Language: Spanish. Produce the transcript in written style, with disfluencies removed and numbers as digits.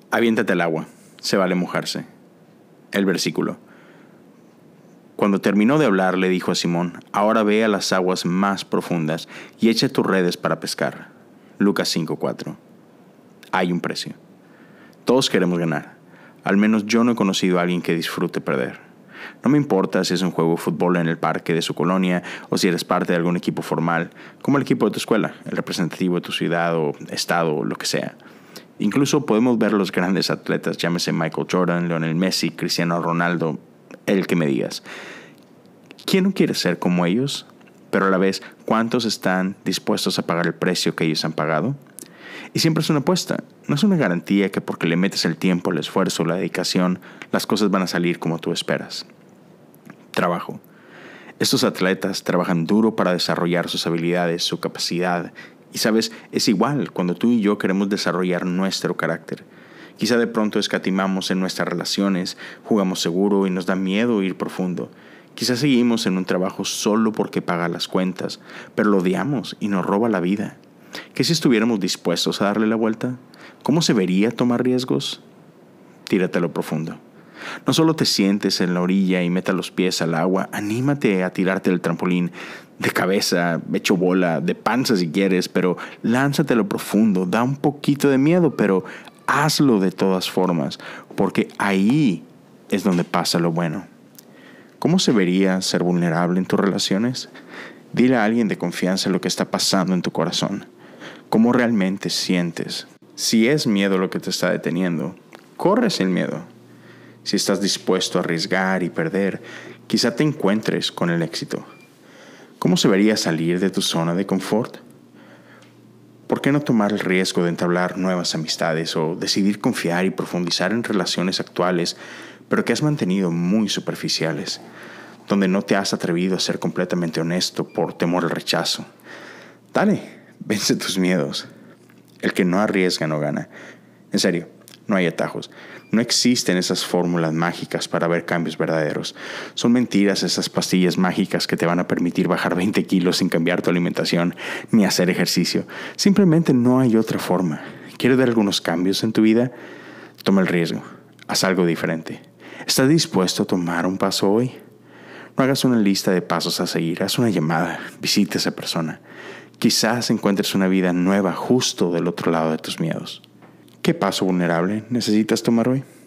Aviéntate al agua, se vale mojarse. El versículo. Cuando terminó de hablar, le dijo a Simón: ahora ve a las aguas más profundas y echa tus redes para pescar. Lucas 5:4. Hay un precio. Todos queremos ganar. Al menos yo no he conocido a alguien que disfrute perder. No me importa si es un juego de fútbol en el parque de su colonia o si eres parte de algún equipo formal, como el equipo de tu escuela, el representativo de tu ciudad o estado o lo que sea. Incluso podemos ver a los grandes atletas, llámese Michael Jordan, Lionel Messi, Cristiano Ronaldo, el que me digas. ¿Quién no quiere ser como ellos? Pero a la vez, ¿cuántos están dispuestos a pagar el precio que ellos han pagado? Y siempre es una apuesta. No es una garantía que porque le metes el tiempo, el esfuerzo, la dedicación, las cosas van a salir como tú esperas. Trabajo. Estos atletas trabajan duro para desarrollar sus habilidades, su capacidad. Y sabes, es igual cuando tú y yo queremos desarrollar nuestro carácter. Quizá de pronto escatimamos en nuestras relaciones, jugamos seguro y nos da miedo ir profundo. Quizá seguimos en un trabajo solo porque paga las cuentas, pero lo odiamos y nos roba la vida. ¿Qué si estuviéramos dispuestos a darle la vuelta? ¿Cómo se vería tomar riesgos? Tírate a lo profundo. No solo te sientes en la orilla y meta los pies al agua, anímate a tirarte del trampolín, de cabeza, hecho bola, de panza si quieres, pero lánzate a lo profundo. Da un poquito de miedo, pero hazlo de todas formas, porque ahí es donde pasa lo bueno. ¿Cómo se vería ser vulnerable en tus relaciones? Dile a alguien de confianza lo que está pasando en tu corazón. ¿Cómo realmente sientes? Si es miedo lo que te está deteniendo, corre sin miedo. Si estás dispuesto a arriesgar y perder, quizá te encuentres con el éxito. ¿Cómo se vería salir de tu zona de confort? ¿Por qué no tomar el riesgo de entablar nuevas amistades o decidir confiar y profundizar en relaciones actuales, pero que has mantenido muy superficiales, donde no te has atrevido a ser completamente honesto por temor al rechazo? Dale, vence tus miedos. El que no arriesga no gana. En serio, no hay atajos. No existen esas fórmulas mágicas para ver cambios verdaderos. Son mentiras esas pastillas mágicas que te van a permitir bajar 20 kilos sin cambiar tu alimentación ni hacer ejercicio. Simplemente no hay otra forma. ¿Quieres ver algunos cambios en tu vida? Toma el riesgo. Haz algo diferente. ¿Estás dispuesto a tomar un paso hoy? No hagas una lista de pasos a seguir. Haz una llamada. Visita a esa persona. Quizás encuentres una vida nueva justo del otro lado de tus miedos. ¿Qué paso vulnerable necesitas tomar hoy?